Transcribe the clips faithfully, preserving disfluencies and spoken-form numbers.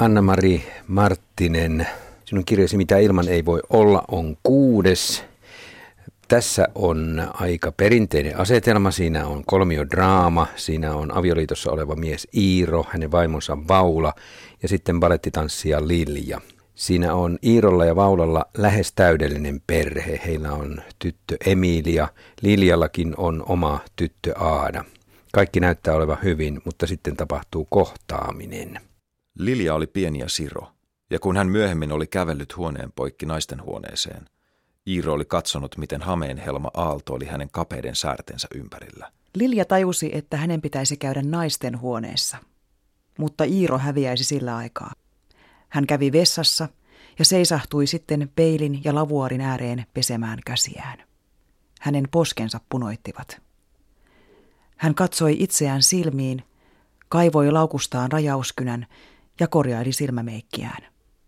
Anna-Mari Marttinen, sinun kirjasi Mitä ilman ei voi olla on kuudes. Tässä on aika perinteinen asetelma. Siinä on kolmiodraama, siinä on avioliitossa oleva mies Iiro, hänen vaimonsa Vaula ja sitten balettitanssija Lilja. Siinä on Iirolla ja Vaulalla lähes täydellinen perhe. Heillä on tyttö Emilia, Liljallakin on oma tyttö Aada. Kaikki näyttää olevan hyvin, mutta sitten tapahtuu kohtaaminen. Lilja oli pieni ja siro, ja kun hän myöhemmin oli kävellyt huoneen poikki naisten huoneeseen, Iiro oli katsonut, miten hameen helma aaltoili hänen kapeiden säärtensä ympärillä. Lilja tajusi, että hänen pitäisi käydä naisten huoneessa, mutta Iiro häviäisi sillä aikaa. Hän kävi vessassa ja seisahtui sitten peilin ja lavuaarin ääreen pesemään käsiään. Hänen poskensa punoittivat. Hän katsoi itseään silmiin, kaivoi laukustaan rajauskynän ja korjaili silmämeikkiään.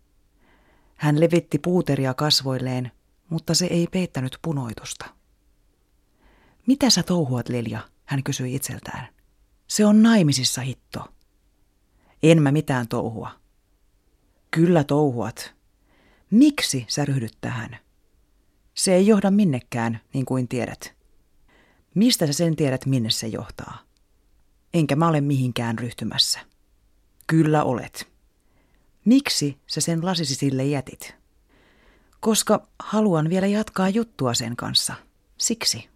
Hän levitti puuteria kasvoilleen, mutta se ei peittänyt punoitusta. Mitä sä touhuat, Lilja? Hän kysyi itseltään. Se on naimisissa, hitto. En mä mitään touhua. Kyllä touhuat. Miksi sä ryhdyt tähän? Se ei johda minnekään, niin kuin tiedät. Mistä sä sen tiedät, minne se johtaa? Enkä mä ole mihinkään ryhtymässä. Kyllä olet. Miksi sä sen lasisi sille jätit? Koska haluan vielä jatkaa juttua sen kanssa. Siksi.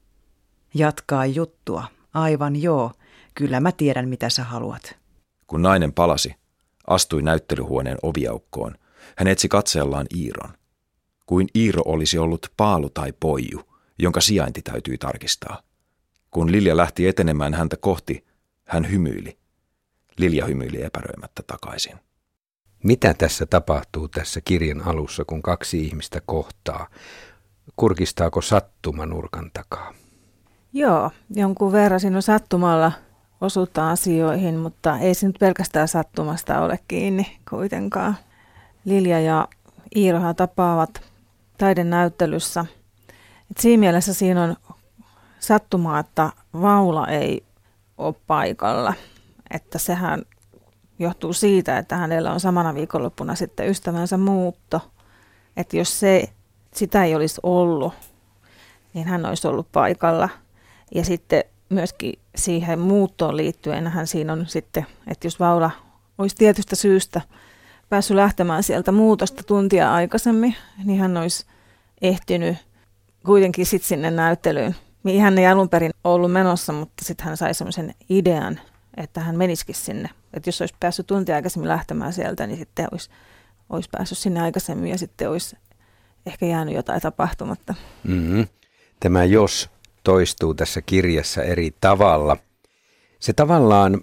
Jatkaa juttua. Aivan joo. Kyllä mä tiedän, mitä sä haluat. Kun nainen palasi, astui näyttelyhuoneen oviaukkoon. Hän etsi katseellaan Iiron. Kuin Iiro olisi ollut paalu tai poiju, jonka sijainti täytyi tarkistaa. Kun Lilja lähti etenemään häntä kohti, hän hymyili. Lilja hymyili epäröimättä takaisin. Mitä tässä tapahtuu tässä kirjan alussa, kun kaksi ihmistä kohtaa? Kurkistaako sattuma nurkan takaa? Joo, jonkun verran siinä on sattumalla osuutta asioihin, mutta ei se nyt pelkästään sattumasta ole kiinni kuitenkaan. Lilja ja Iirohan tapaavat taidenäyttelyssä. Et siinä mielessä siinä on sattumaa, että Vaula ei ole paikalla. Että sehän johtuu siitä, että hänellä on samana viikonloppuna sitten ystävänsä muutto. Että jos se, sitä ei olisi ollut, niin hän olisi ollut paikalla. Ja sitten myöskin siihen muuttoon liittyen hän siinä on sitten, että jos Vaula olisi tietystä syystä päässyt lähtemään sieltä muutosta tuntia aikaisemmin, niin hän olisi ehtinyt kuitenkin sitten sinne näyttelyyn. Hän ei alun perin ollut menossa, mutta sitten hän sai semmoisen idean, että hän menisikin sinne. Että jos olisi päässyt tuntia aikaisemmin lähtemään sieltä, niin sitten olisi, olisi päässyt sinne aikaisemmin ja sitten olisi ehkä jäänyt jotain tapahtumatta. Mm-hmm. Tämä jos toistuu tässä kirjassa eri tavalla. Se tavallaan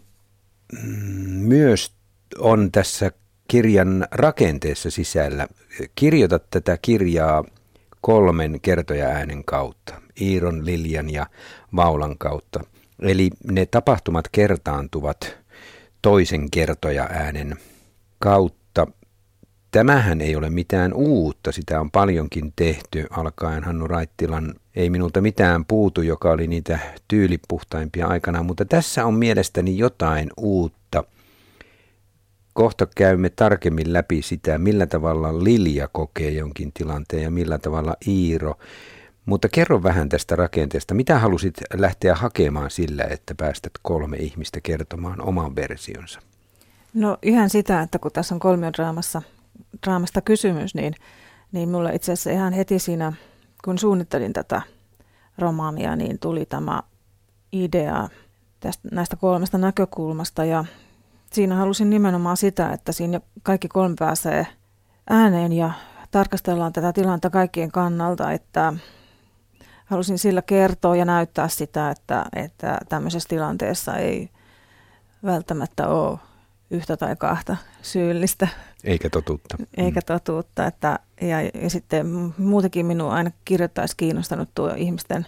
myös on tässä kirjan rakenteessa sisällä. Kirjoitat tätä kirjaa kolmen kertoja-äänen kautta, Iiron, Liljan ja Vaulan kautta. Eli ne tapahtumat kertaantuvat toisen kertoja-äänen kautta. Tämähän ei ole mitään uutta, sitä on paljonkin tehty, alkaen Hannu Raittilan Ei minulta mitään puutu, joka oli niitä tyylipuhtaimpia aikanaan, mutta tässä on mielestäni jotain uutta. Kohta käymme tarkemmin läpi sitä, millä tavalla Lilja kokee jonkin tilanteen ja millä tavalla Iiro. Mutta kerro vähän tästä rakenteesta. Mitä halusit lähteä hakemaan sillä, että päästät kolme ihmistä kertomaan oman versionsa? No ihan sitä, että kun tässä on kolmiodraamassa draamasta kysymys, niin, niin mulle itse asiassa ihan heti siinä, kun suunnittelin tätä romaania, niin tuli tämä idea tästä, näistä kolmesta näkökulmasta. Ja siinä halusin nimenomaan sitä, että siinä kaikki kolme pääsee ääneen ja tarkastellaan tätä tilannetta kaikkien kannalta, että halusin sillä kertoa ja näyttää sitä, että, että tämmöisessä tilanteessa ei välttämättä ole yhtä tai kahta syyllistä. Eikä totuutta. Eikä totuutta. Että, ja, ja sitten muutenkin minua aina kirjoittaisi kiinnostanut tuo ihmisten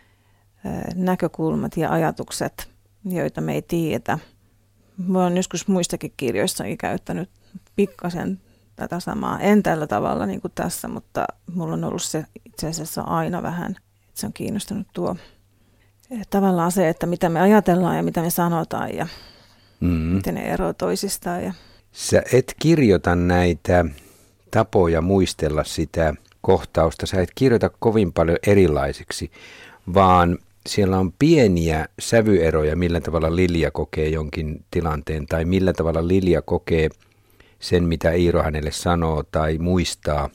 näkökulmat ja ajatukset, joita me ei tiedetä. Mä olen joskus muistakin kirjoissakin käyttänyt pikkasen tätä samaa. En tällä tavalla niin kuin tässä, mutta mulla on ollut se itse asiassa aina vähän, että se on kiinnostanut tuo tavallaan se, että mitä me ajatellaan ja mitä me sanotaan ja mm-hmm. miten ne eroavat toisistaan. Ja Sä et kirjoita näitä tapoja muistella sitä kohtausta, sä et kirjoita kovin paljon erilaisiksi, vaan siellä on pieniä sävyeroja, millä tavalla Lilja kokee jonkin tilanteen tai millä tavalla Lilja kokee sen, mitä Iiro hänelle sanoo tai muistaa.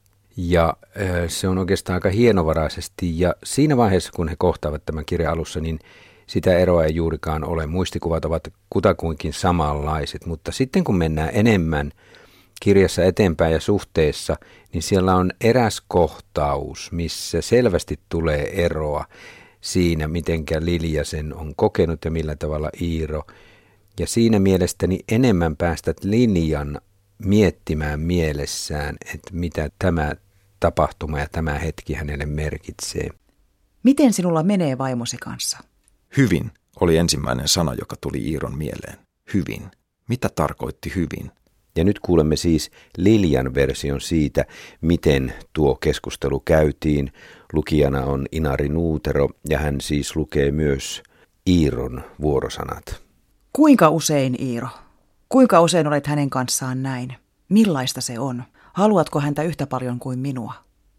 Ja se on oikeastaan aika hienovaraisesti ja siinä vaiheessa, kun he kohtaavat tämän kirjan alussa, niin sitä eroa ei juurikaan ole. Muistikuvat ovat kutakuinkin samanlaiset, mutta sitten kun mennään enemmän kirjassa eteenpäin ja suhteessa, niin siellä on eräs kohtaus, missä selvästi tulee eroa siinä, mitenkä Lilja sen on kokenut ja millä tavalla Iiro. Ja siinä mielestäni enemmän päästät Liljan miettimään mielessään, että mitä tämä tapahtuma ja tämä hetki hänelle merkitsee. Miten sinulla menee vaimosi kanssa? Hyvin oli ensimmäinen sana, joka tuli Iiron mieleen. Hyvin. Mitä tarkoitti hyvin? Ja nyt kuulemme siis Liljan version siitä, miten tuo keskustelu käytiin. Lukijana on Inari Nuutero ja hän siis lukee myös Iiron vuorosanat. Kuinka usein, Iiro? Kuinka usein olet hänen kanssaan näin? Millaista se on? Haluatko häntä yhtä paljon kuin minua?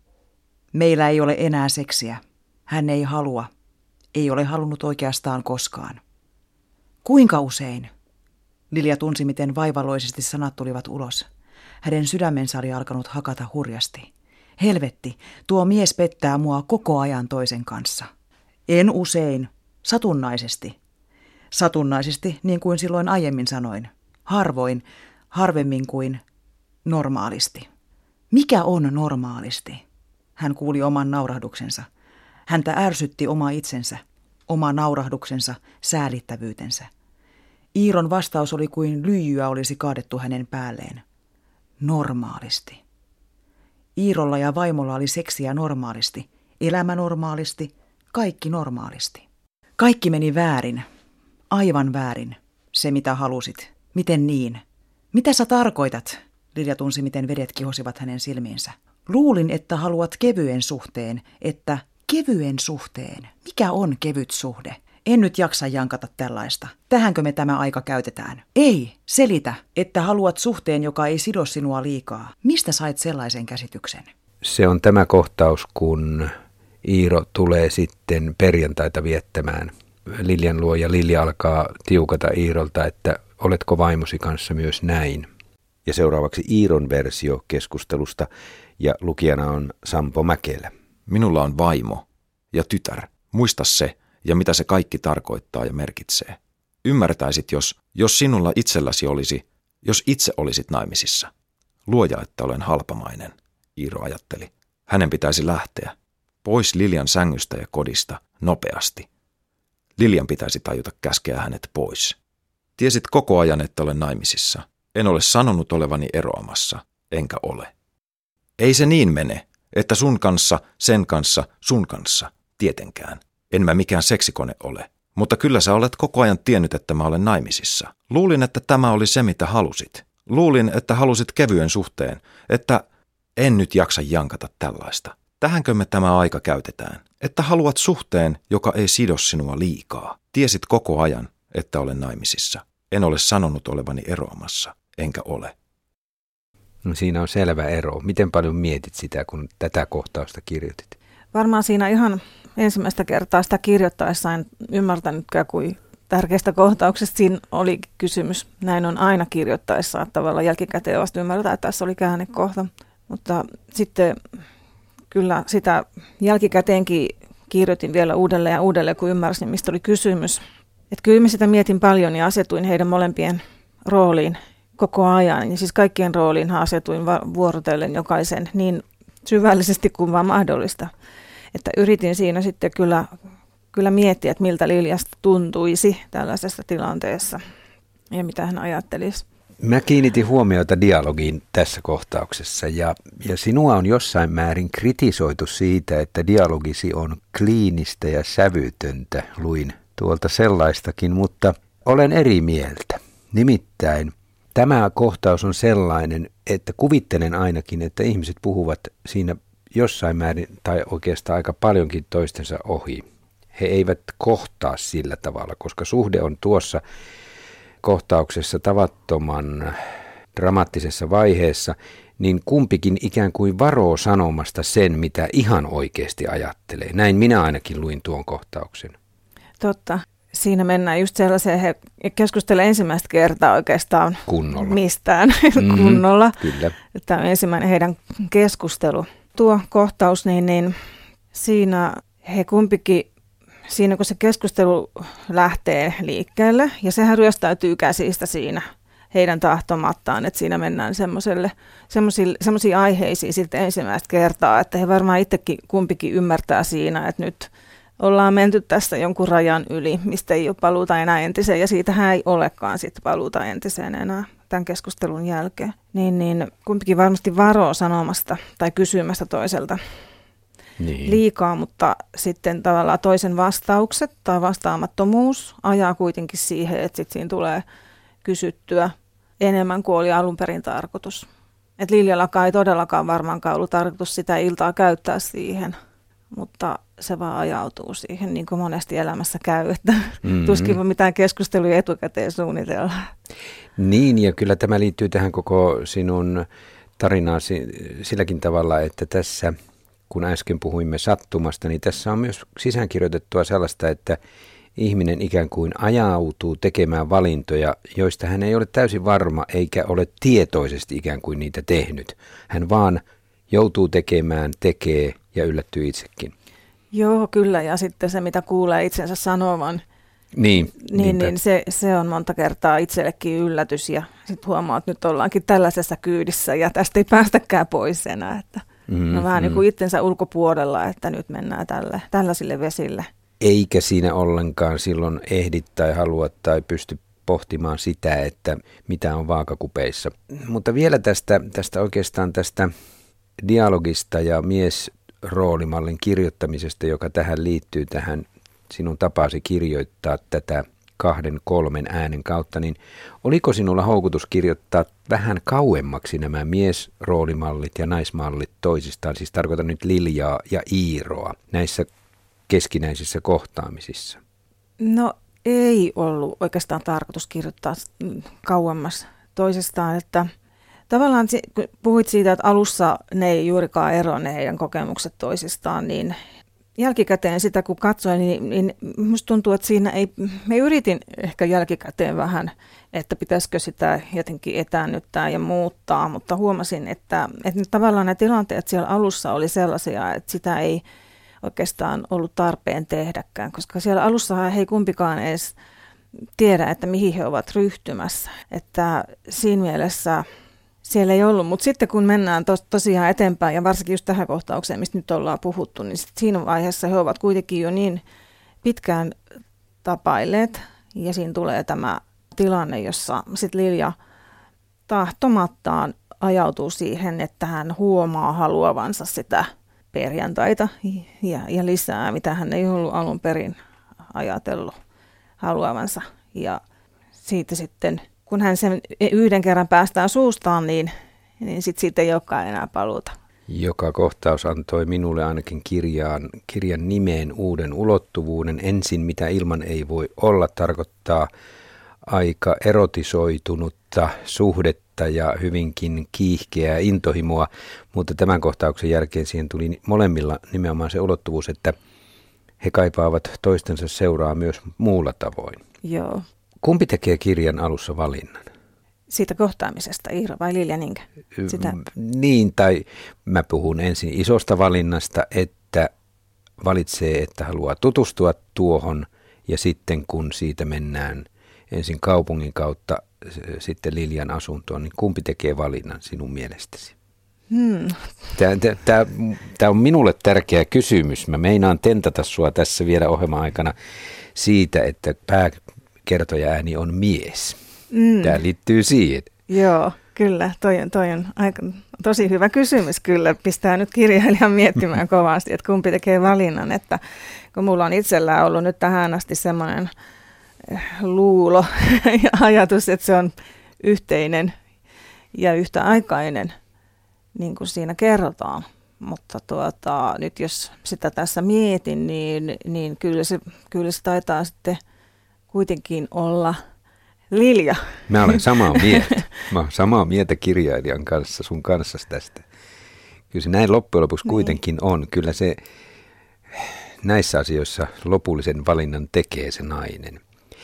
Meillä ei ole enää seksiä. Hän ei halua. Ei ole halunnut oikeastaan koskaan. Kuinka usein? Lilja tunsi, miten vaivalloisesti sanat tulivat ulos. Hänen sydämensä oli alkanut hakata hurjasti. Helvetti, tuo mies pettää mua koko ajan toisen kanssa. En usein, satunnaisesti. Satunnaisesti, niin kuin silloin aiemmin sanoin. Harvoin, harvemmin kuin normaalisti. Mikä on normaalisti? Hän kuuli oman naurahduksensa. Häntä ärsytti oma itsensä, oma naurahduksensa, säälittävyytensä. Iiron vastaus oli kuin lyijyä olisi kaadettu hänen päälleen. Normaalisti. Iirolla ja vaimolla oli seksiä normaalisti, elämä normaalisti, kaikki normaalisti. Kaikki meni väärin, aivan väärin, se mitä halusit. Miten niin? Mitä sä tarkoitat? Lilja tunsi, miten vedet kihosivat hänen silmiinsä. Luulin, että haluat kevyen suhteen, että kevyen suhteen. Mikä on kevyt suhde? En nyt jaksa jankata tällaista. Tähänkö me tämä aika käytetään? Ei, selitä, että haluat suhteen, joka ei sido sinua liikaa. Mistä sait sellaisen käsityksen? Se on tämä kohtaus, kun Iiro tulee sitten perjantaita viettämään Liljan luo ja Lilja alkaa tiukata Iirolta, että oletko vaimosi kanssa myös näin. Ja seuraavaksi Iiron versio keskustelusta ja lukijana on Sampo Mäkelä. Minulla on vaimo ja tytär. Muista se ja mitä se kaikki tarkoittaa ja merkitsee. Ymmärtäisit, jos, jos sinulla itselläsi olisi, jos itse olisit naimisissa. Luoja, että olen halpamainen, Iiro ajatteli. Hänen pitäisi lähteä. Pois Liljan sängystä ja kodista, nopeasti. Liljan pitäisi tajuta käskeä hänet pois. Tiesit koko ajan, että olen naimisissa. En ole sanonut olevani eroamassa, enkä ole. Ei se niin mene, että sun kanssa, sen kanssa, sun kanssa, tietenkään. En mä mikään seksikone ole, mutta kyllä sä olet koko ajan tiennyt, että mä olen naimisissa. Luulin, että tämä oli se, mitä halusit. Luulin, että halusit kevyen suhteen, että en nyt jaksa jankata tällaista. Tähänkö me tämä aika käytetään? Että haluat suhteen, joka ei sido sinua liikaa. Tiesit koko ajan, että olen naimisissa. En ole sanonut olevani eroamassa, enkä ole. No siinä on selvä ero. Miten paljon mietit sitä, kun tätä kohtausta kirjoitit? Varmaan siinä ihan ensimmäistä kertaa sitä kirjoittaessa en ymmärtänytkään, kuin tärkeästä kohtauksesta siinä oli kysymys. Näin on aina kirjoittaessa, että tavallaan jälkikäteen vasta ymmärtää, että tässä oli käännekohta. Mutta sitten kyllä sitä jälkikäteenkin kirjoitin vielä uudelleen ja uudelleen, kun ymmärsin, mistä oli kysymys. Että kyllä mä sitä mietin paljon ja asetuin heidän molempien rooliin koko ajan. Ja siis kaikkien rooliin asetuin vuorotellen jokaisen niin syvällisesti kuin vaan mahdollista. Että yritin siinä sitten kyllä, kyllä miettiä, että miltä Liljasta tuntuisi tällaisessa tilanteessa ja mitä hän ajattelisi. Mä kiinnitin huomiota dialogiin tässä kohtauksessa ja, ja sinua on jossain määrin kritisoitu siitä, että dialogisi on kliinistä ja sävytöntä. Luin tuolta sellaistakin, mutta olen eri mieltä. Nimittäin tämä kohtaus on sellainen, että kuvittelen ainakin, että ihmiset puhuvat siinä jossain määrin tai oikeastaan aika paljonkin toistensa ohi. He eivät kohtaa sillä tavalla, koska suhde on tuossa kohtauksessa tavattoman dramaattisessa vaiheessa, niin kumpikin ikään kuin varoo sanomasta sen, mitä ihan oikeasti ajattelee. Näin minä ainakin luin tuon kohtauksen. Totta. Siinä mennään just sellaiseen, he keskustelevat ensimmäistä kertaa oikeastaan kunnolla. Mistään mm, kunnolla. Kyllä. Tämä on ensimmäinen heidän keskustelu. Tuo kohtaus, niin, niin siinä he kumpikin, siinä kun se keskustelu lähtee liikkeelle, ja sehän ryöstäytyy käsistä siinä heidän tahtomattaan, että siinä mennään semmoisiin aiheisiin sitten ensimmäistä kertaa, että he varmaan itsekin kumpikin ymmärtää siinä, että nyt ollaan menty tästä jonkun rajan yli, mistä ei ole paluuta enää entiseen, ja siitähän ei olekaan sitten paluuta entiseen enää tämän keskustelun jälkeen. Niin, niin kumpikin varmasti varoo sanomasta tai kysymästä toiselta niin liikaa, mutta sitten tavallaan toisen vastaukset tai vastaamattomuus ajaa kuitenkin siihen, että sitten siinä tulee kysyttyä enemmän kuin oli alun perin tarkoitus. Että Liljallakaan ei todellakaan varmaankaan ollut tarkoitus sitä iltaa käyttää siihen, mutta se vaan ajautuu siihen, niin kuin monesti elämässä käy, että mm-hmm. tuskin mitään keskusteluja etukäteen suunnitellaan. Niin, ja kyllä tämä liittyy tähän koko sinun tarinaasi silläkin tavalla, että tässä, kun äsken puhuimme sattumasta, niin tässä on myös sisäänkirjoitettua sellaista, että ihminen ikään kuin ajautuu tekemään valintoja, joista hän ei ole täysin varma eikä ole tietoisesti ikään kuin niitä tehnyt. Hän vaan joutuu tekemään, tekee ja yllättyy itsekin. Joo, kyllä. Ja sitten se, mitä kuulee itsensä sanovan, niin, niin, niin se, se on monta kertaa itsellekin yllätys. Ja sitten huomaa, että nyt ollaankin tällaisessa kyydissä ja tästä ei päästäkään pois enää. Että mm, no vähän mm. niin kuin itsensä ulkopuolella, että nyt mennään tälle, tällaisille vesille. Eikä siinä ollenkaan silloin ehdi tai halua tai pysty pohtimaan sitä, että mitä on vaakakupeissa. Mutta vielä tästä, tästä oikeastaan tästä dialogista ja miesroolimallin kirjoittamisesta, joka tähän liittyy, tähän sinun tapaasi kirjoittaa tätä kahden, kolmen äänen kautta, niin oliko sinulla houkutus kirjoittaa vähän kauemmaksi nämä miesroolimallit ja naismallit toisistaan, siis tarkoitan nyt Liljaa ja Iiroa näissä keskinäisissä kohtaamisissa? No ei ollut oikeastaan tarkoitus kirjoittaa kauemmas toisistaan, että tavallaan kun puhuit siitä, että alussa ne ei juurikaan ero ne heidän kokemukset toisistaan, niin jälkikäteen sitä kun katsoin, niin, niin musta tuntuu, että siinä ei, me yritin ehkä jälkikäteen vähän, että pitäisikö sitä jotenkin etäännyttää ja muuttaa, mutta huomasin, että, että tavallaan ne tilanteet siellä alussa oli sellaisia, että sitä ei oikeastaan ollut tarpeen tehdäkään, koska siellä alussa he ei kumpikaan edes tiedä, että mihin he ovat ryhtymässä, että siinä mielessä siellä ei ollut, mutta sitten kun mennään tos, tosiaan eteenpäin ja varsinkin just tähän kohtaukseen, mistä nyt ollaan puhuttu, niin siinä vaiheessa he ovat kuitenkin jo niin pitkään tapailleet ja siinä tulee tämä tilanne, jossa sitten Lilja tahtomattaan ajautuu siihen, että hän huomaa haluavansa sitä perjantaita ja, ja lisää, mitä hän ei ollut alun perin ajatellut haluavansa ja siitä sitten kun hän sen yhden kerran päästään suustaan, niin, niin sitten siitä ei olekaan enää paluuta. Joka kohtaus antoi minulle ainakin kirjaan, kirjan nimeen uuden ulottuvuuden. Ensin mitä ilman ei voi olla tarkoittaa aika erotisoitunutta suhdetta ja hyvinkin kiihkeää intohimoa, mutta tämän kohtauksen jälkeen siihen tuli molemmilla nimenomaan se ulottuvuus, että he kaipaavat toistensa seuraa myös muulla tavoin. Joo. Kumpi tekee kirjan alussa valinnan? Siitä kohtaamisesta, Iiro vai Lilja niinkö? Sitä... Niin, tai mä puhun ensin isosta valinnasta, että valitsee, että haluaa tutustua tuohon, ja sitten kun siitä mennään ensin kaupungin kautta sitten Liljan asuntoon, niin kumpi tekee valinnan sinun mielestäsi? Hmm. Tämä on minulle tärkeä kysymys. Mä meinaan tentata sua tässä vielä ohjelman aikana siitä, että pääkertoja ääni on mies. Mm. Tämä liittyy siihen. Joo, kyllä. Toi on, toi on aika, tosi hyvä kysymys kyllä. Pistää nyt kirjailijan miettimään kovasti, että kumpi tekee valinnan. Että kun mulla on itsellään ollut nyt tähän asti semmoinen luulo ja ajatus, että se on yhteinen ja yhtäaikainen, niin kuin siinä kerrotaan. Mutta tuota, nyt jos sitä tässä mietin, niin, niin kyllä, se, kyllä se taitaa sitten kuitenkin olla Lilja. Mä olen samaa mieltä. Mä olen samaa mieltä kirjailijan kanssa, sun kanssa tästä. Kyllä se näin loppujen lopuksi kuitenkin on. Kyllä se näissä asioissa lopullisen valinnan tekee se nainen.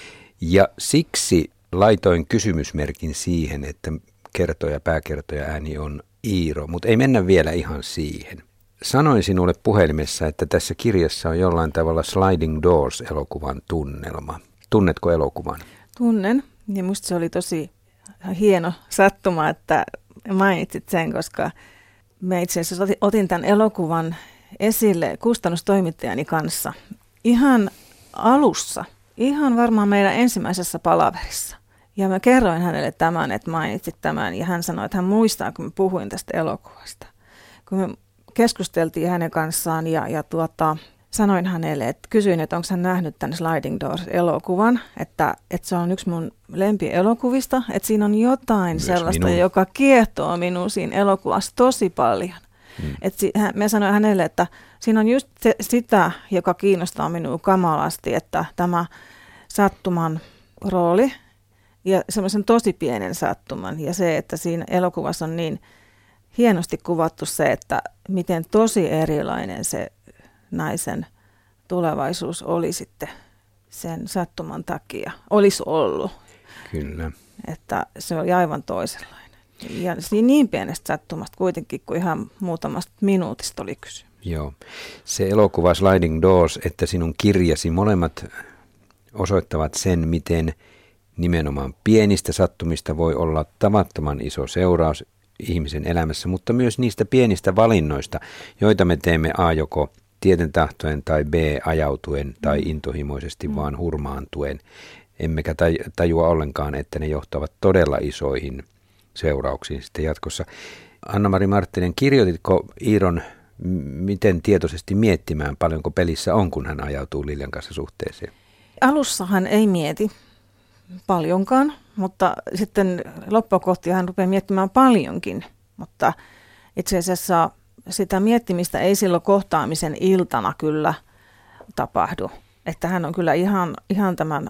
Ja siksi laitoin kysymysmerkin siihen, että kertoja, pääkertoja ääni on Iiro, mutta ei mennä vielä ihan siihen. Sanoin sinulle puhelimessa, että tässä kirjassa on jollain tavalla Sliding Doors-elokuvan tunnelma. Tunnetko elokuvan? Tunnen, ja musta se oli tosi hieno sattuma, että mainitsit sen, koska mä itse asiassa otin tämän elokuvan esille kustannustoimittajani kanssa ihan alussa, ihan varmaan meidän ensimmäisessä palaverissa. Ja mä kerroin hänelle tämän, että mainitsit tämän, ja hän sanoi, että hän muistaa, kun mä puhuin tästä elokuvasta. Kun me keskusteltiin hänen kanssaan ja, ja tuota, sanoin hänelle, että kysyin, että onko hän nähnyt tämän Sliding Doors-elokuvan, että, että se on yksi mun lempielokuvista, että siinä on jotain myös sellaista, minun. joka kiehtoo minua siinä elokuvassa tosi paljon. Hmm. Et si, hän, mä sanoin hänelle, että siinä on just se, sitä, joka kiinnostaa minua kamalasti, että tämä sattuman rooli ja semmoisen tosi pienen sattuman ja se, että siinä elokuvassa on niin hienosti kuvattu se, että miten tosi erilainen se naisen tulevaisuus oli sitten sen sattuman takia, olisi ollut. Kyllä. Että se oli aivan toisenlainen. Ja niin pienestä sattumasta kuitenkin, kuin ihan muutamasta minuutista oli kysymys. Joo. Se elokuva Sliding Doors, että sinun kirjasi molemmat osoittavat sen, miten nimenomaan pienistä sattumista voi olla tavattoman iso seuraus ihmisen elämässä, mutta myös niistä pienistä valinnoista, joita me teemme A joko tieten tahtoen tai B ajautuen tai intohimoisesti mm. vaan hurmaantuen. Emmekä tajua ollenkaan, että ne johtavat todella isoihin seurauksiin sitten jatkossa. Anna-Mari Marttinen, kirjoititko Iiron miten tietoisesti miettimään, paljonko pelissä on, kun hän ajautuu Liljan kanssa suhteeseen? Alussa hän ei mieti paljonkaan, mutta sitten loppukohti hän rupeaa miettimään paljonkin, mutta itse asiassa sitä miettimistä ei silloin kohtaamisen iltana kyllä tapahdu. Että hän on kyllä ihan, ihan tämän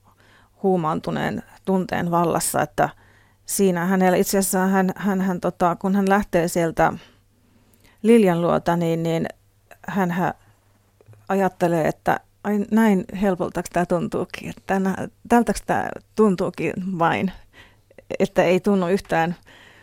huumaantuneen tunteen vallassa, että siinä hänellä itse asiassa, hän, hän, hän, tota, kun hän lähtee sieltä Liljan luota, niin, niin hän ajattelee, että ai näin helpolta tämä tuntuukin, että tältä tämä tuntuukin vain, että ei tunnu yhtään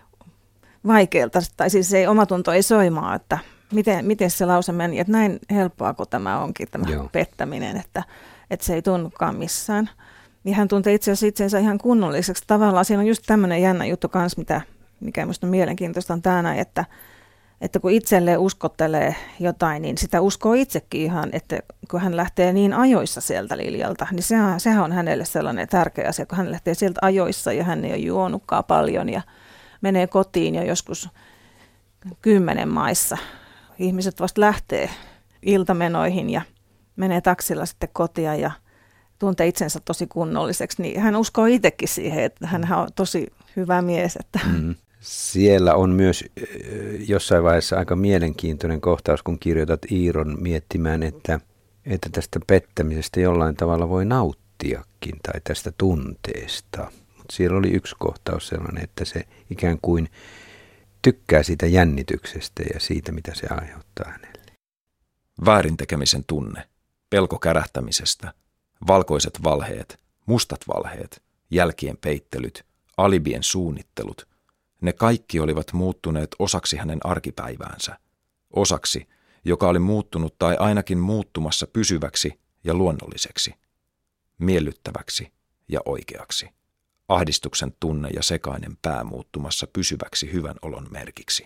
vaikealta, tai siis ei, omatunto ei soimaa, että miten, miten se lause meni, että näin helppoa kuin tämä onkin, tämä Joo. pettäminen, että, että se ei tunnukaan missään. Ja hän tuntee itse asiassa itsensä ihan kunnolliseksi. Tavallaan siinä on just tämmöinen jännä juttu kanssa, mitä, mikä minusta on mielenkiintoista on tämä, että, että kun itselleen uskottelee jotain, niin sitä uskoo itsekin ihan, että kun hän lähtee niin ajoissa sieltä Liljalta, niin sehän, sehän on hänelle sellainen tärkeä asia, kun hän lähtee sieltä ajoissa ja hän ei ole juonutkaan paljon ja menee kotiin ja joskus kymmenen maissa. Ihmiset vasta lähtee iltamenoihin ja menee taksilla sitten kotia ja tuntee itsensä tosi kunnolliseksi, niin hän uskoo itsekin siihen, että hän on tosi hyvä mies. Että. Mm. Siellä on myös jossain vaiheessa aika mielenkiintoinen kohtaus, kun kirjoitat Iiron miettimään, että, että tästä pettämisestä jollain tavalla voi nauttiakin tai tästä tunteesta. Mutta siellä oli yksi kohtaus sellainen, että se ikään kuin tykkää siitä jännityksestä ja siitä, mitä se aiheuttaa hänelle. Väärintekemisen tunne, pelko kärähtämisestä, valkoiset valheet, mustat valheet, jälkien peittelyt, alibien suunnittelut, ne kaikki olivat muuttuneet osaksi hänen arkipäiväänsä, osaksi, joka oli muuttunut tai ainakin muuttumassa pysyväksi ja luonnolliseksi, miellyttäväksi ja oikeaksi, ahdistuksen tunne ja sekainen pää muuttumassa pysyväksi hyvän olon merkiksi.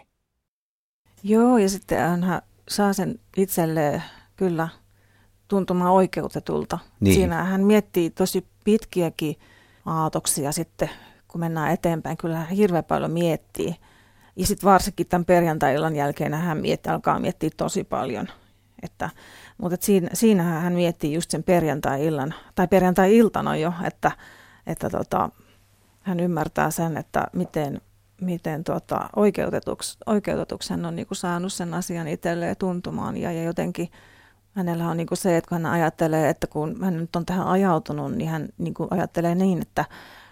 Joo, ja sitten hän saa sen itselleen kyllä tuntumaan oikeutetulta. Niin. Siinä hän miettii tosi pitkiäkin aatoksia sitten, kun mennään eteenpäin. Kyllä hän hirveän paljon miettii. Ja sitten varsinkin tämän perjantai-illan jälkeen hän miettii, alkaa miettiä tosi paljon. Että, mutta et siinä, siinähän hän miettii just sen perjantai-illan, tai perjantai-iltana jo, että, että tota, hän ymmärtää sen, että miten, miten tota, oikeutetuksi, oikeutetuksi hän on niin kuin saanut sen asian itselleen tuntumaan ja, ja jotenkin hänellä on niin kuin se, että kun hän ajattelee, että kun hän nyt on tähän ajautunut, niin hän niin kuin ajattelee niin, että,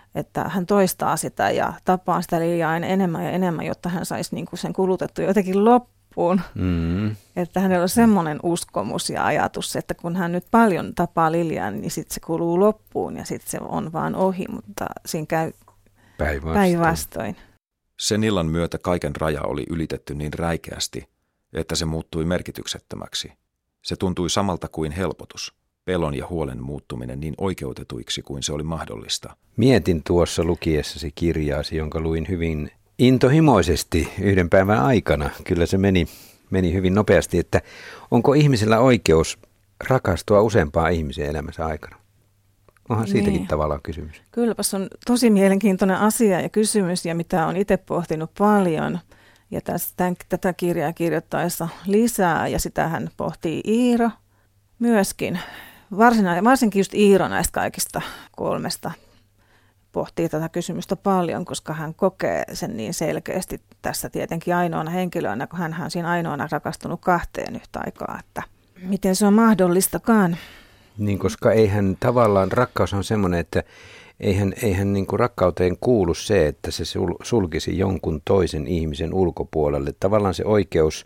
että hän toistaa sitä ja tapaa sitä Liljaa enemmän ja enemmän, jotta hän saisi niin kuin sen kulutettu jotenkin loppuun. Mm. Että hänellä on semmoinen uskomus ja ajatus, että kun hän nyt paljon tapaa Liljaa, niin sitten se kuluu loppuun ja sitten se on vaan ohi, mutta siinä käy päinvastoin. päinvastoin. Sen illan myötä kaiken raja oli ylitetty niin räikeästi, että se muuttui merkityksettömäksi. Se tuntui samalta kuin helpotus, pelon ja huolen muuttuminen niin oikeutetuiksi kuin se oli mahdollista. Mietin tuossa lukiessasi kirjaasi, jonka luin hyvin intohimoisesti yhden päivän aikana. Kyllä se meni, meni hyvin nopeasti, että onko ihmisellä oikeus rakastua useampaan ihmisen elämänsä aikana? Onhan siitäkin niin tavallaan kysymys. Kylläpäs on tosi mielenkiintoinen asia ja kysymys, ja mitä olen itse pohtinut paljon. Ja tästä, tämän, tätä kirjaa kirjoittaessa lisää, ja sitä hän pohtii Iiro myöskin. Varsina, varsinkin just Iiro näistä kaikista kolmesta pohtii tätä kysymystä paljon, koska hän kokee sen niin selkeästi tässä tietenkin ainoana henkilönä, kun hän on siinä ainoana rakastunut kahteen yhtä aikaa, että miten se on mahdollistakaan. Niin, koska eihän tavallaan, rakkaus on semmoinen, että eihän, eihän niin kuin rakkauteen kuulu se, että se sulkisi jonkun toisen ihmisen ulkopuolelle. Tavallaan se oikeus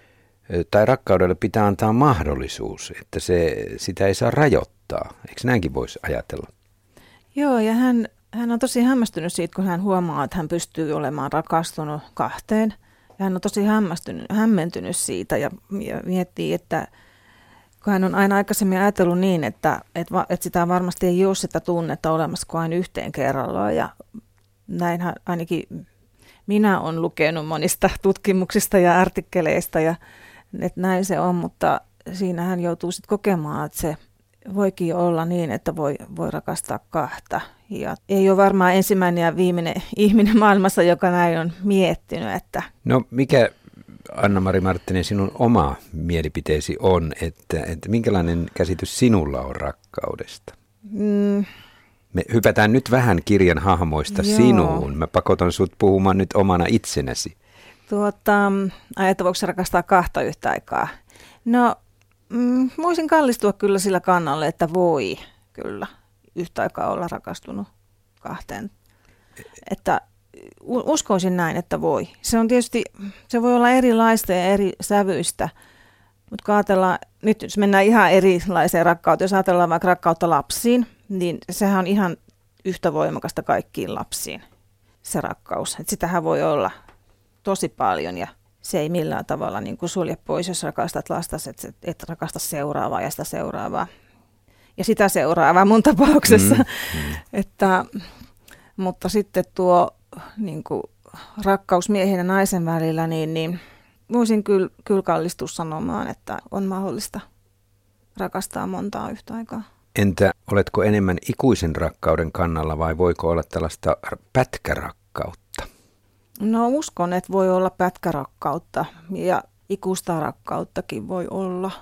tai rakkaudelle pitää antaa mahdollisuus, että se, sitä ei saa rajoittaa. Eikö näinkin voisi ajatella? Joo, ja hän, hän on tosi hämmästynyt siitä, kun hän huomaa, että hän pystyy olemaan rakastunut kahteen. Ja hän on tosi hämmentynyt siitä ja, ja miettii, että kun hän on aina aikaisemmin ajatellut niin, että, että, että sitä varmasti ei ole sitä tunnetta olemassa kuin aina yhteen kerrallaan. Ja näinhän ainakin minä olen lukenut monista tutkimuksista ja artikkeleista, ja että näin se on, mutta siinä hän joutuu sitten kokemaan, että se voikin olla niin, että voi, voi rakastaa kahta. Ja ei ole varmaan ensimmäinen ja viimeinen ihminen maailmassa, joka näin on miettinyt. Että no mikä, Anna-Mari Marttinen, sinun oma mielipiteesi on, että, että minkälainen käsitys sinulla on rakkaudesta? Mm. Me hypätään nyt vähän kirjan hahmoista Joo. sinuun. Mä pakotan sut puhumaan nyt omana itsenäsi. Tuota, ajattelin, voiko rakastaa kahta yhtä aikaa? No, mm, voisin kallistua kyllä sillä kannalle, että voi kyllä yhtä aikaa olla rakastunut kahteen. Että uskoisin näin, että voi. Se on tietysti, se voi olla erilaista ja eri sävyistä, mutta kun ajatellaan, nyt jos mennään ihan erilaiseen rakkauteen, jos ajatellaan vaikka rakkautta lapsiin, niin sehän on ihan yhtä voimakasta kaikkiin lapsiin, se rakkaus. Et sitähän voi olla tosi paljon ja se ei millään tavalla niin kuin sulje pois, jos rakastat lasta, että et rakasta seuraavaa ja sitä seuraavaa. Ja sitä seuraavaa mun tapauksessa. Mm, mm. Että, mutta sitten tuo niin kuin rakkaus miehen ja naisen välillä, niin, niin voisin kyllä, kyllä kallistua sanomaan, että on mahdollista rakastaa montaa yhtä aikaa. Entä oletko enemmän ikuisen rakkauden kannalla vai voiko olla tällaista pätkärakkautta? No uskon, että voi olla pätkärakkautta ja ikuista rakkauttakin voi olla.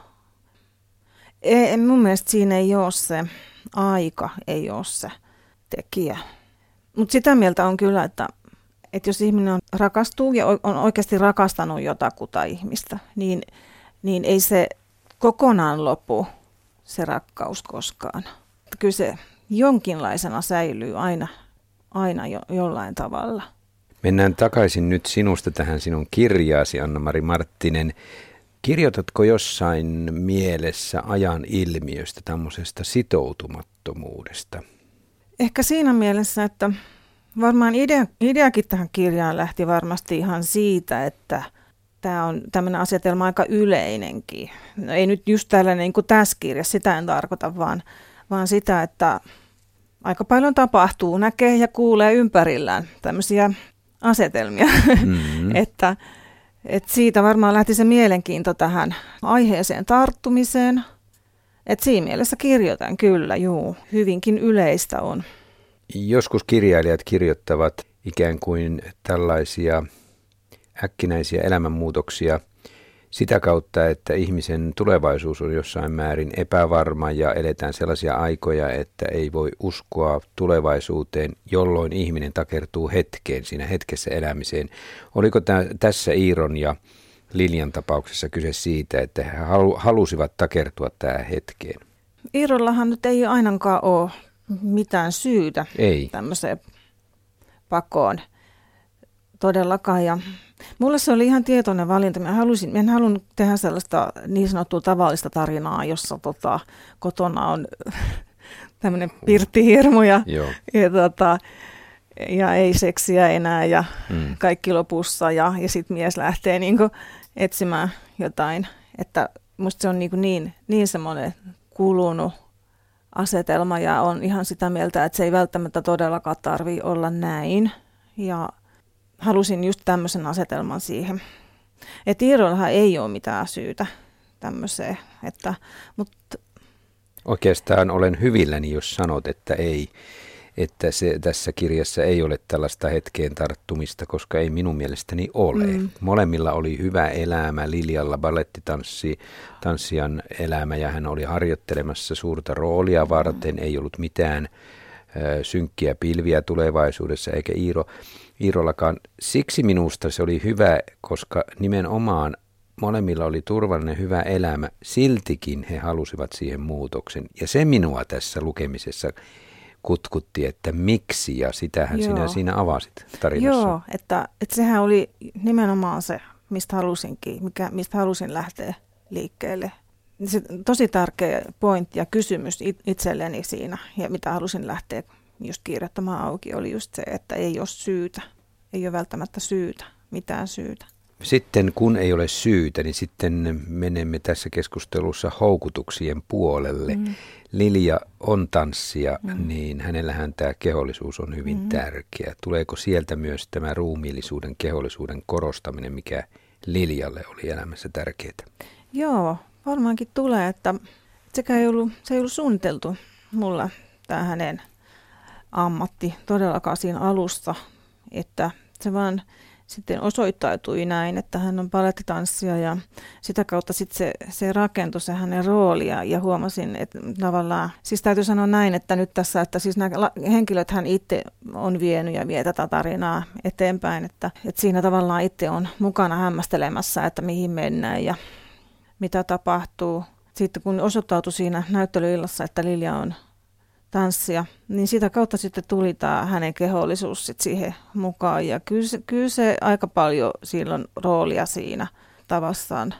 Ei, mun mielestä siinä ei ole se aika, ei ole se tekijä. Mutta sitä mieltä on kyllä, että, että jos ihminen on rakastuu ja on oikeasti rakastanut jotakuta ihmistä, niin, niin ei se kokonaan lopu se rakkaus koskaan. Kyllä se jonkinlaisena säilyy aina, aina jo, jollain tavalla. Mennään takaisin nyt sinusta tähän sinun kirjaasi, Anna-Mari Marttinen. Kirjoitatko jossain mielessä ajan ilmiöstä, tämmöisestä sitoutumattomuudesta? Ehkä siinä mielessä, että varmaan idea, ideakin tähän kirjaan lähti varmasti ihan siitä, että tämä on tämmöinen asetelma aika yleinenkin. No ei nyt just tällainen niin kuin tässä kirjassa, sitä en tarkoita, vaan, vaan sitä, että aika paljon tapahtuu, näkee ja kuulee ympärillään tämmöisiä asetelmia. Mm-hmm. että, että siitä varmaan lähti se mielenkiinto tähän aiheeseen tarttumiseen. Että siinä mielessä kirjoitan kyllä, juu, hyvinkin yleistä on. Joskus kirjailijat kirjoittavat ikään kuin tällaisia äkkinäisiä elämänmuutoksia sitä kautta, että ihmisen tulevaisuus on jossain määrin epävarma ja eletään sellaisia aikoja, että ei voi uskoa tulevaisuuteen, jolloin ihminen takertuu hetkeen, siinä hetkessä elämiseen. Oliko tämä, tässä Iiron ja Liljan tapauksessa kyse siitä, että he halusivat takertua tähän hetkeen? Iirollahan nyt ei ainakaan ole mitään syytä Ei. tämmöiseen pakoon todellakaan. Ja mulle se oli ihan tietoinen valinta. Mä halusin, en halunnut tehdä sellaista niin sanottua tavallista tarinaa, jossa tota, kotona on tämmöinen pirttihirmu ja, ja, tota, ja ei seksiä enää ja mm. kaikki lopussa ja, ja sitten mies lähtee niinku etsimään jotain. Että musta se on niinku niin, niin semmoinen kulunut asetelma ja on ihan sitä mieltä, että se ei välttämättä todellakaan tarvitse olla näin. Ja halusin just tämmöisen asetelman siihen. Että Iirollahan ei ole mitään syytä tämmöiseen. Että, mutta oikeastaan olen hyvilläni, jos sanot, että ei, että se tässä kirjassa ei ole tällaista hetkeen tarttumista, koska ei minun mielestäni ole. Mm. Molemmilla oli hyvä elämä. Liljalla balettitanssi, tanssijan elämä ja hän oli harjoittelemassa suurta roolia varten. Mm. Ei ollut mitään ö, synkkiä pilviä tulevaisuudessa eikä Iiro, Iirollakaan. Siksi minusta se oli hyvä, koska nimenomaan molemmilla oli turvallinen hyvä elämä. Siltikin he halusivat siihen muutoksen. Ja se minua tässä lukemisessa kutkutti, että miksi, ja sitähän Joo. sinä siinä avasit tarinassa. Joo, että, että sehän oli nimenomaan se, mistä halusinkin, mikä, mistä halusin lähteä liikkeelle. Se tosi tärkeä pointti ja kysymys itselleni siinä, ja mitä halusin lähteä just kirjoittamaan auki, oli just se, että ei ole syytä, ei ole välttämättä syytä, mitään syytä. Sitten kun ei ole syytä, niin sitten menemme tässä keskustelussa houkutuksien puolelle. Mm. Lilja on tanssija, mm. niin hänellähän tämä kehollisuus on hyvin mm. tärkeä. Tuleeko sieltä myös tämä ruumiillisuuden, kehollisuuden korostaminen, mikä Liljalle oli elämässä tärkeää? Joo, varmaankin tulee, että sekä ei ollut, se ei ollut suunniteltu mulla tämä hänen ammatti todellakaan siinä alussa, että se vaan sitten osoittautui näin, että hän on balettitanssija ja sitä kautta sitten se, se rakentui se hänen roolia ja huomasin, että tavallaan, siis täytyy sanoa näin, että nyt tässä, että siis nämä henkilöt hän itse on vienyt ja vie tätä tarinaa eteenpäin, että, että siinä tavallaan itse on mukana hämmästelemässä, että mihin mennään ja mitä tapahtuu. Sitten kun osoittautui siinä näyttelyillassa, että Lilja on tanssija, niin sitä kautta sitten tuli tämä hänen kehollisuus sit siihen mukaan. Ja kyllä se, kyllä se aika paljon silloin roolia siinä tavassaan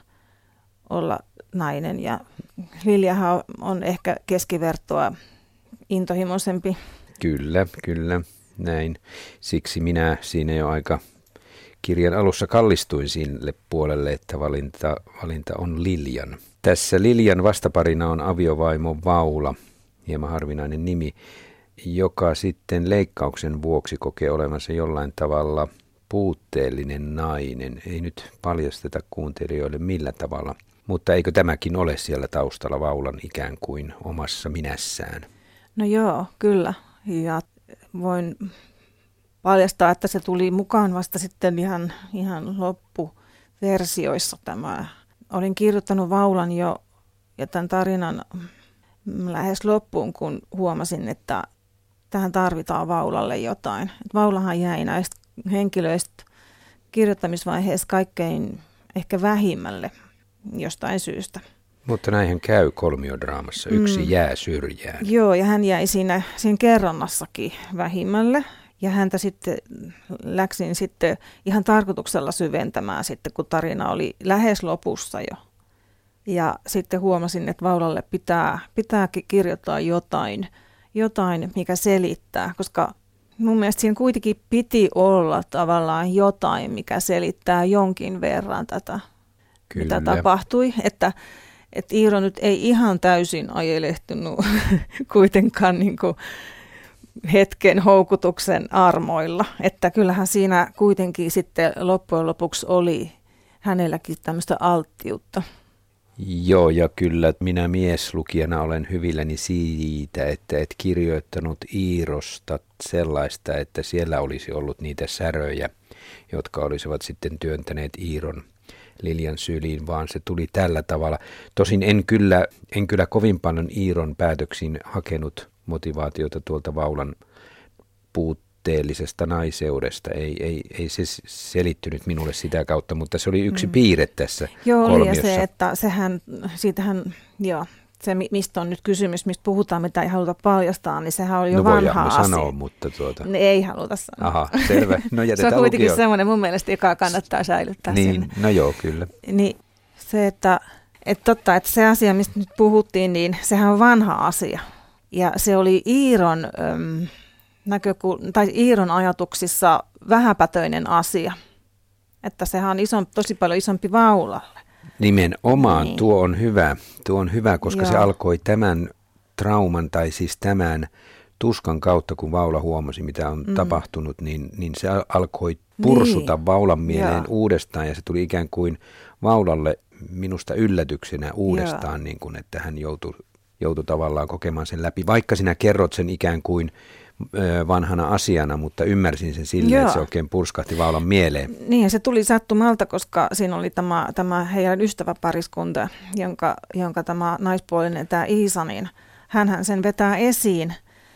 olla nainen. Ja Liljahan on ehkä keskivertoa intohimoisempi. Kyllä, kyllä, näin. Siksi minä siinä jo aika kirjan alussa kallistuin sille puolelle, että valinta, valinta on Liljan. Tässä Liljan vastaparina on aviovaimo Vaula, hieman harvinainen nimi, joka sitten leikkauksen vuoksi kokee olevansa jollain tavalla puutteellinen nainen. Ei nyt paljasteta kuuntelijoille millä tavalla, mutta eikö tämäkin ole siellä taustalla Vaulan ikään kuin omassa minässään? No joo, kyllä. Ja voin paljastaa, että se tuli mukaan vasta sitten ihan, ihan loppuversioissa tämä. Olin kirjoittanut Vaulan jo ja tämän tarinan lähes loppuun, kun huomasin, että tähän tarvitaan Vaulalle jotain. Et Vaulahan jäi näistä henkilöistä kirjoittamisvaiheessa kaikkein ehkä vähimmälle jostain syystä. Mutta näinhän käy kolmiodraamassa. Yksi mm. jää syrjään. Joo, ja hän jäi siinä, siinä kerronnassakin vähimmälle. Ja häntä sitten läksin sitten ihan tarkoituksella syventämään sitten, kun tarina oli lähes lopussa jo. Ja sitten huomasin, että Vaulalle pitää, pitää kirjoittaa jotain, jotain, mikä selittää, koska mun mielestä siinä kuitenkin piti olla tavallaan jotain, mikä selittää jonkin verran tätä, Kyllä. mitä tapahtui. Että, että Iiro nyt ei ihan täysin ajelehtunut kuitenkaan niin kuin hetken houkutuksen armoilla. Että kyllähän siinä kuitenkin sitten loppujen lopuksi oli hänelläkin tämmöistä alttiutta. Joo, ja kyllä minä mieslukijana olen hyvilläni siitä, että et kirjoittanut Iirosta sellaista, että siellä olisi ollut niitä säröjä, jotka olisivat sitten työntäneet Iiron Liljan syliin, vaan se tuli tällä tavalla. Tosin en kyllä, en kyllä kovin paljon Iiron päätöksiin hakenut motivaatiota tuolta Vaulan puutteellisesta naiseudesta. Ei, ei, ei se selittynyt minulle sitä kautta, mutta se oli yksi mm. piirre tässä Joo, kolmiossa. Joo, ja se, että sehän, siitähän, joo, se, mistä on nyt kysymys, mistä puhutaan, mitä ei haluta paljastaa, niin sehän oli jo no vanha asia. sanoa, mutta tuota... Ne ei haluta sanoa. Aha, selvä. No jätetään se on kuitenkin lukijoille. semmoinen mun mielestä, joka kannattaa säilyttää niin, sinne. No joo, kyllä. Niin se, että, että totta, että se asia, mistä nyt puhuttiin, niin sehän on vanha asia. Ja se oli Iiron, äm, näkökul- tai Iiron ajatuksissa vähäpätöinen asia. Että sehän on ison, tosi paljon isompi vaulalle. Nimenomaan, niin. tuo on hyvä, tuo on hyvä, koska Joo. se alkoi tämän trauman tai siis tämän tuskan kautta, kun Vaula huomasi, mitä on mm. tapahtunut, niin, niin se alkoi pursuta niin. Vaulan mieleen Joo. uudestaan ja se tuli ikään kuin Vaulalle minusta yllätyksenä uudestaan, niin kuin, että hän joutui, joutui tavallaan kokemaan sen läpi, vaikka sinä kerrot sen ikään kuin vanhana asiana, mutta ymmärsin sen silleen, Joo. että se oikein purskahti Vaulan mieleen. Niin, ja se tuli sattumalta, koska siinä oli tämä, tämä heidän ystäväpariskunta, jonka, jonka tämä naispuolinen, tämä Iisa, niin hänhän sen vetää esiin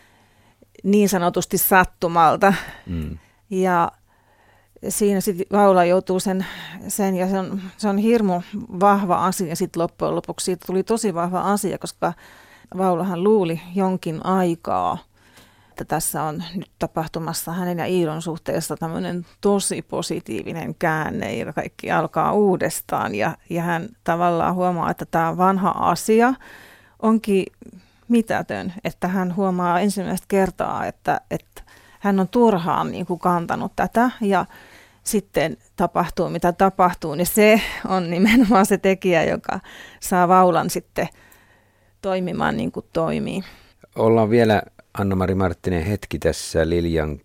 niin sanotusti sattumalta. Mm. Ja siinä sitten Vaula joutuu sen, sen ja se on, se on hirmu vahva asia sitten loppujen lopuksi. Siitä tuli tosi vahva asia, koska Vaulahan luuli jonkin aikaa, että tässä on nyt tapahtumassa hänen ja Iiron suhteessa tämmöinen tosi positiivinen käänne ja kaikki alkaa uudestaan. Ja, ja hän tavallaan huomaa, että tämä vanha asia onkin mitätön, että hän huomaa ensimmäistä kertaa, että, että hän on turhaan niin kuin kantanut tätä ja sitten tapahtuu mitä tapahtuu, niin se on nimenomaan se tekijä, joka saa Vaulan sitten toimimaan niin kuin toimii. Ollaan vielä, Anna-Mari Marttinen, hetki tässä Liljan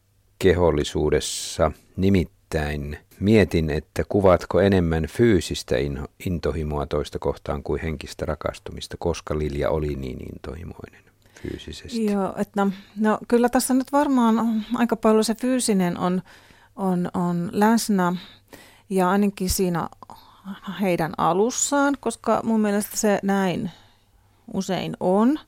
kehollisuudessa. Nimittäin mietin, että kuvaatko enemmän fyysistä intohimoa toista kohtaan kuin henkistä rakastumista, koska Lilja oli niin intohimoinen fyysisesti. Joo, että no, no kyllä tässä nyt varmaan aika paljon se fyysinen on, on, on läsnä ja ainakin siinä heidän alussaan, koska mun mielestä se näin usein on.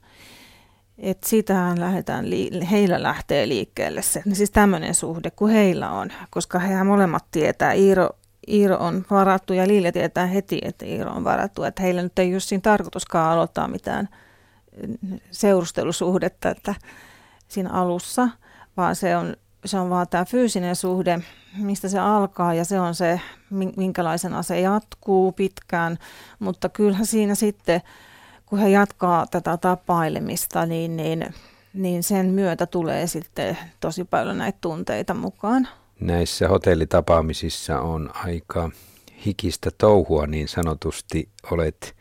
Että siitähän lähdetään, heillä lähtee liikkeelle se, siis tämmöinen suhde kuin heillä on, koska hehän molemmat tietää, Iiro, Iiro on varattu ja Lilja tietää heti, että Iiro on varattu, että heillä nyt ei ole siinä tarkoituskaan aloittaa mitään seurustelusuhdetta että siinä alussa, vaan se on, se on vaan tämä fyysinen suhde, mistä se alkaa ja se on se, minkälaisena se jatkuu pitkään, mutta kyllähän siinä sitten kun he jatkaa tätä tapailemista, niin, niin, niin sen myötä tulee sitten tosi paljon näitä tunteita mukaan. Näissä hotellitapaamisissa on aika hikistä touhua, niin sanotusti olet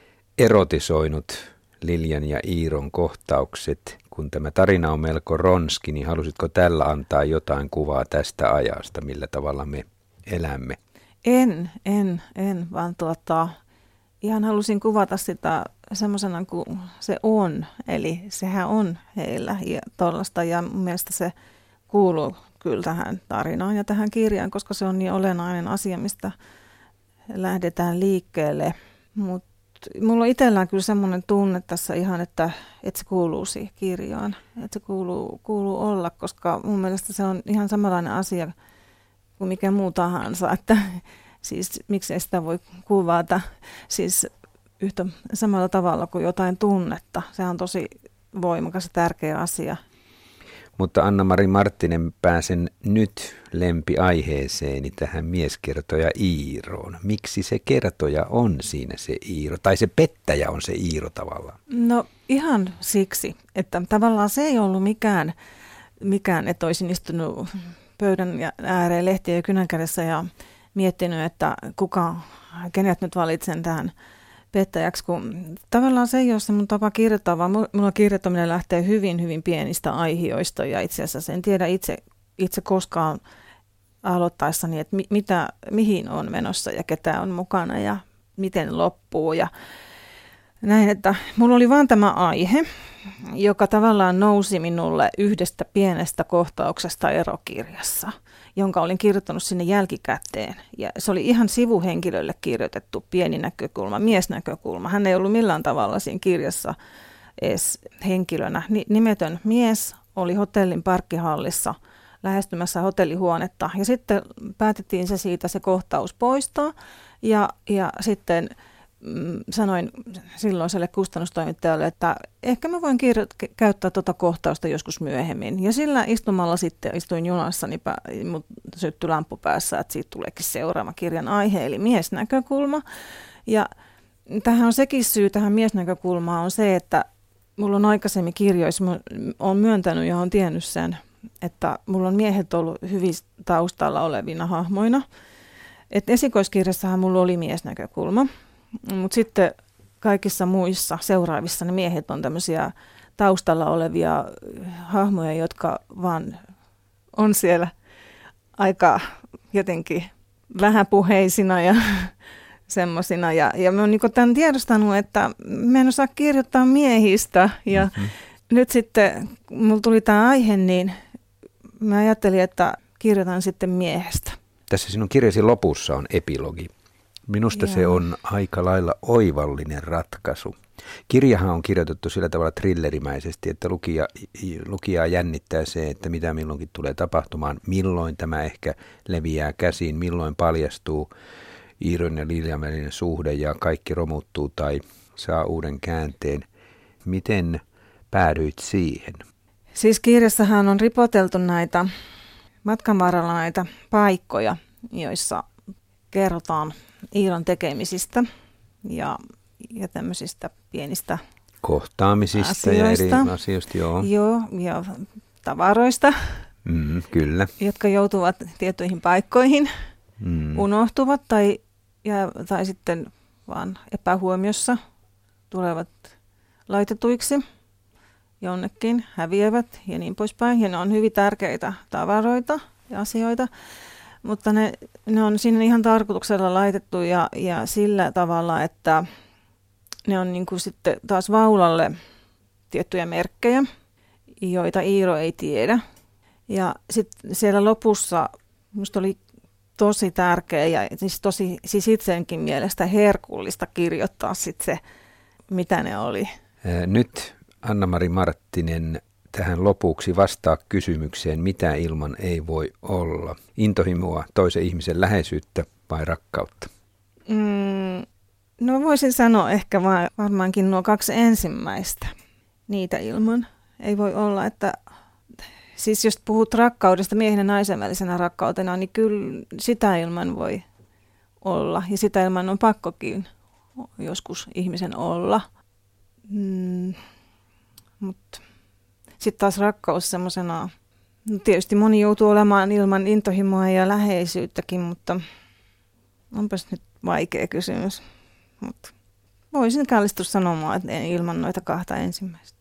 erotisoinut Liljan ja Iiron kohtaukset. Kun tämä tarina on melko ronski, niin halusitko tällä antaa jotain kuvaa tästä ajasta, millä tavalla me elämme? En, en, en, vaan tuota, ihan halusin kuvata sitä semmoisena kuin se on, eli sehän on heillä ja tollaista, ja mun mielestä se kuuluu kyllä tähän tarinaan ja tähän kirjaan, koska se on niin olennainen asia, mistä lähdetään liikkeelle, mutta mulla on itsellään kyllä semmoinen tunne tässä ihan, että, että se kuuluu siihen kirjaan, että se kuuluu, kuuluu olla, koska mun mielestä se on ihan samanlainen asia kuin mikä muu tahansa, että siis miksei sitä voi kuvata, siis yhtä samalla tavalla kuin jotain tunnetta. Se on tosi voimakas ja tärkeä asia. Mutta Anna-Mari Marttinen, pääsen nyt lempiaiheeseeni tähän mieskertoja Iiroon. Miksi se kertoja on siinä se Iiro, tai se pettäjä on se Iiro tavallaan? No ihan siksi, että tavallaan se ei ollut mikään, mikään että olisin istunut pöydän ääreen lehtien ja kynän kädessä ja miettinyt, että kuka, kenet nyt valitsen tähän pettäjäksi, kun tavallaan se ei ole se mun tapa kirjoittaa, vaan mulla kirjoittaminen lähtee hyvin, hyvin pienistä aihioista ja itse asiassa en tiedä itse, itse koskaan aloittaessani, että mi, mitä, mihin on menossa ja ketä on mukana ja miten loppuu ja näin, että mulla oli vaan tämä aihe, joka tavallaan nousi minulle yhdestä pienestä kohtauksesta erokirjassa, jonka olin kirjoittanut sinne jälkikäteen. Ja se oli ihan sivuhenkilölle kirjoitettu pieni näkökulma, miesnäkökulma. Hän ei ollut millään tavalla siinä kirjassa edes henkilönä. Nimetön mies oli hotellin parkkihallissa lähestymässä hotellihuonetta. Ja sitten päätettiin se siitä se kohtaus poistaa. Ja, ja sitten sanoin silloiselle kustannustoimittajalle, että ehkä mä voin kirjo- käyttää tuota kohtausta joskus myöhemmin. Ja sillä istumalla sitten istuin junassa, niin pä- mut syttyi lamppu päässä, että siitä tuleekin seuraava kirjan aihe, eli miesnäkökulma. Ja tähän on sekin syy, tähän miesnäkökulmaan on se, että mulla on aikaisemmin kirjoissa, mä oon myöntänyt ja oon tiennyt sen, että mulla on miehet ollut hyvin taustalla olevina hahmoina. Et esikoiskirjassahan mulla oli miesnäkökulma, mutta sitten kaikissa muissa seuraavissa ne miehet on tämmöisiä taustalla olevia hahmoja, jotka vaan on siellä aika jotenkin vähäpuheisina ja semmoisina. Ja, ja mä oon niin tämän tiedostanut, että mä en osaa kirjoittaa miehistä. Ja mm-hmm. nyt sitten, kun mulla tuli tämä aihe, niin mä ajattelin, että kirjoitan sitten miehestä. Tässä sinun kirjasi lopussa on epilogi. Minusta Joo. se on aika lailla oivallinen ratkaisu. Kirjahan on kirjoitettu sillä tavalla thrillerimäisesti, että lukija, lukijaa jännittää se, että mitä milloinkin tulee tapahtumaan, milloin tämä ehkä leviää käsiin, milloin paljastuu Iiron ja Liljan välinen suhde ja kaikki romuttuu tai saa uuden käänteen. Miten päädyit siihen? Siis kirjassahan on ripoteltu näitä matkan varrella näitä paikkoja, joissa kerrotaan Iiron tekemisistä ja, ja tämmöisistä pienistä kohtaamisista asioista. ja eri asioista. Joo. Joo, ja tavaroista, mm, kyllä. jotka joutuvat tiettyihin paikkoihin, mm. unohtuvat tai, ja, tai sitten vaan epähuomiossa tulevat laitetuiksi jonnekin, häviävät ja niin poispäin. Ja ne on hyvin tärkeitä tavaroita ja asioita, mutta ne, ne on sinne ihan tarkoituksella laitettu ja, ja sillä tavalla, että ne on niin kuin sitten taas vaulalle tiettyjä merkkejä, joita Iiro ei tiedä. Ja sitten siellä lopussa minusta oli tosi tärkeä ja siis, tosi, siis itsenkin mielestä herkullista kirjoittaa sitten se, mitä ne oli. Nyt Anna-Mari Marttinen tähän lopuksi vastaa kysymykseen, mitä ilman ei voi olla. Intohimoa, toisen ihmisen läheisyyttä vai rakkautta? Mm, no voisin sanoa ehkä vaan, varmaankin nuo kaksi ensimmäistä. Niitä ilman ei voi olla, että siis jos puhut rakkaudesta miehen ja naisen välisenä rakkautena, niin kyllä sitä ilman voi olla. Ja sitä ilman on pakkokin joskus ihmisen olla. Mm, mutta sitten taas rakkaus semmoisena, no tietysti moni joutuu olemaan ilman intohimoa ja läheisyyttäkin, mutta onpas nyt vaikea kysymys. Mutta voisin kallistua sanomaan, että en ilman noita kahta ensimmäistä.